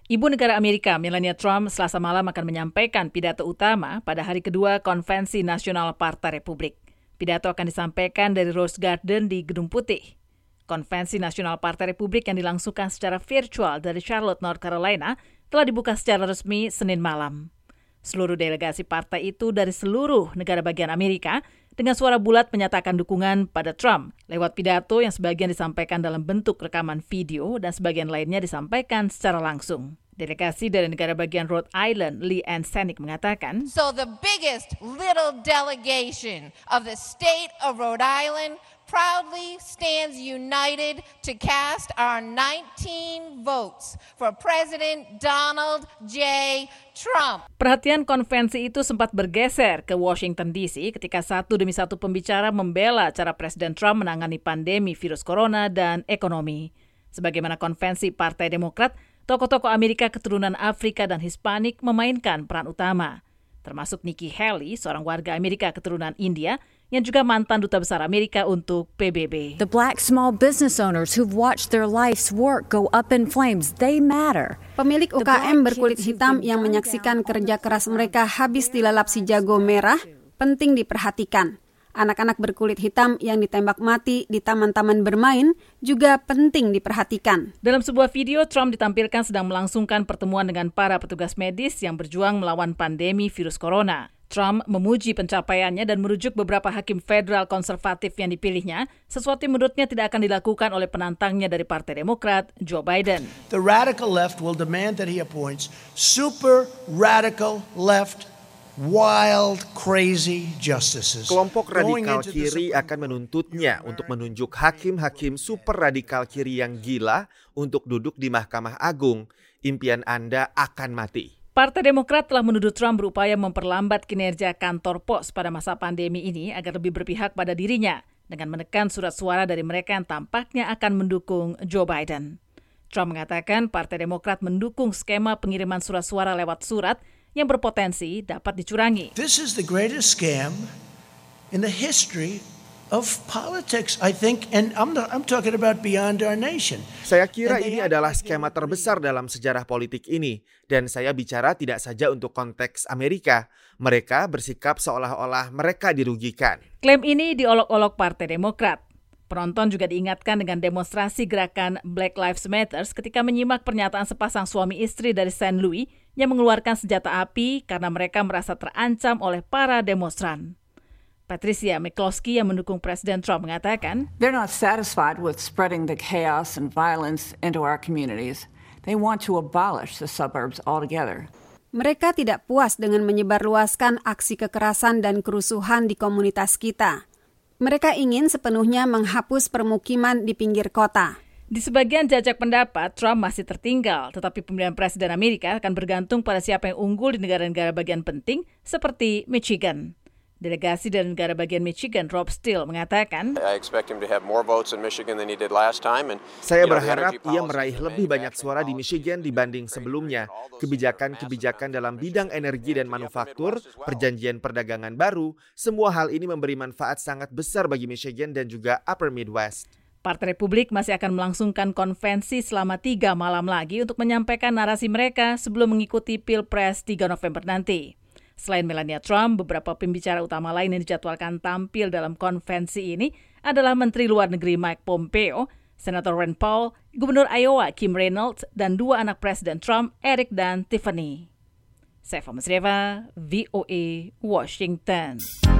Ibu negara Amerika, Melania Trump, Selasa malam akan menyampaikan pidato utama pada hari kedua Konvensi Nasional Partai Republik. Pidato akan disampaikan dari Rose Garden di Gedung Putih. Konvensi Nasional Partai Republik yang dilangsungkan secara virtual dari Charlotte, North Carolina, telah dibuka secara resmi Senin malam. Seluruh delegasi partai itu dari seluruh negara bagian Amerika dengan suara bulat menyatakan dukungan pada Trump lewat pidato yang sebagian disampaikan dalam bentuk rekaman video dan sebagian lainnya disampaikan secara langsung. Delegasi dari negara bagian Rhode Island, Lee Ann Senig mengatakan, So the biggest little delegation of the state of Rhode Island proudly stands united to cast our 19 votes for President Donald J. Trump. Perhatian konvensi itu sempat bergeser ke Washington D.C. ketika satu demi satu pembicara membela cara Presiden Trump menangani pandemi virus corona dan ekonomi. Sebagaimana konvensi Partai Demokrat, tokoh-tokoh Amerika keturunan Afrika dan Hispanik memainkan peran utama, termasuk Nikki Haley, seorang warga Amerika keturunan India, yang juga mantan duta besar Amerika untuk PBB. The black small business owners who've watched their life's work go up in flames, they matter. Pemilik UKM berkulit hitam yang menyaksikan kerja keras mereka habis dilalap si jago merah, penting diperhatikan. Anak-anak berkulit hitam yang ditembak mati di taman-taman bermain juga penting diperhatikan. Dalam sebuah video, Trump ditampilkan sedang melangsungkan pertemuan dengan para petugas medis yang berjuang melawan pandemi virus corona. Trump memuji pencapaiannya dan merujuk beberapa hakim federal konservatif yang dipilihnya, sesuatu yang menurutnya tidak akan dilakukan oleh penantangnya dari Partai Demokrat, Joe Biden. The radical left will demand that he appoints super radical left wild, crazy justices. Kelompok radikal kiri akan menuntutnya untuk menunjuk hakim-hakim super radikal kiri yang gila untuk duduk di Mahkamah Agung. Impian Anda akan mati. Partai Demokrat telah menuduh Trump berupaya memperlambat kinerja kantor pos pada masa pandemi ini agar lebih berpihak pada dirinya dengan menekan surat suara dari mereka yang tampaknya akan mendukung Joe Biden. Trump mengatakan Partai Demokrat mendukung skema pengiriman surat suara lewat surat yang berpotensi dapat dicurangi. This is the greatest scam in the history of politics, I think, and I'm talking about beyond our nation. Saya kira ini adalah skema terbesar dalam sejarah politik ini, dan saya bicara tidak saja untuk konteks Amerika. Mereka bersikap seolah-olah mereka dirugikan. Klaim ini diolok-olok Partai Demokrat. Penonton juga diingatkan dengan demonstrasi gerakan Black Lives Matter ketika menyimak pernyataan sepasang suami istri dari St. Louis yang mengeluarkan senjata api karena mereka merasa terancam oleh para demonstran. Patricia McCloskey yang mendukung Presiden Trump mengatakan, They're not satisfied with spreading the chaos and violence into our communities. They want to abolish the suburbs altogether. Mereka tidak puas dengan menyebarluaskan aksi kekerasan dan kerusuhan di komunitas kita. Mereka ingin sepenuhnya menghapus permukiman di pinggir kota. Di sebagian jajak pendapat, Trump masih tertinggal, tetapi pemilihan Presiden Amerika akan bergantung pada siapa yang unggul di negara-negara bagian penting seperti Michigan. Delegasi dari negara bagian Michigan, Rob Steele, mengatakan, Saya berharap ia meraih lebih banyak suara di Michigan dibanding sebelumnya. Kebijakan-kebijakan dalam bidang energi dan manufaktur, perjanjian perdagangan baru, semua hal ini memberi manfaat sangat besar bagi Michigan dan juga Upper Midwest. Partai Republik masih akan melangsungkan konvensi selama 3 malam lagi untuk menyampaikan narasi mereka sebelum mengikuti Pilpres 3 November nanti. Selain Melania Trump, beberapa pembicara utama lain yang dijadwalkan tampil dalam konvensi ini adalah Menteri Luar Negeri Mike Pompeo, Senator Rand Paul, Gubernur Iowa Kim Reynolds, dan 2 anak Presiden Trump, Eric dan Tiffany. Saifa Masrieva, VOA, Washington.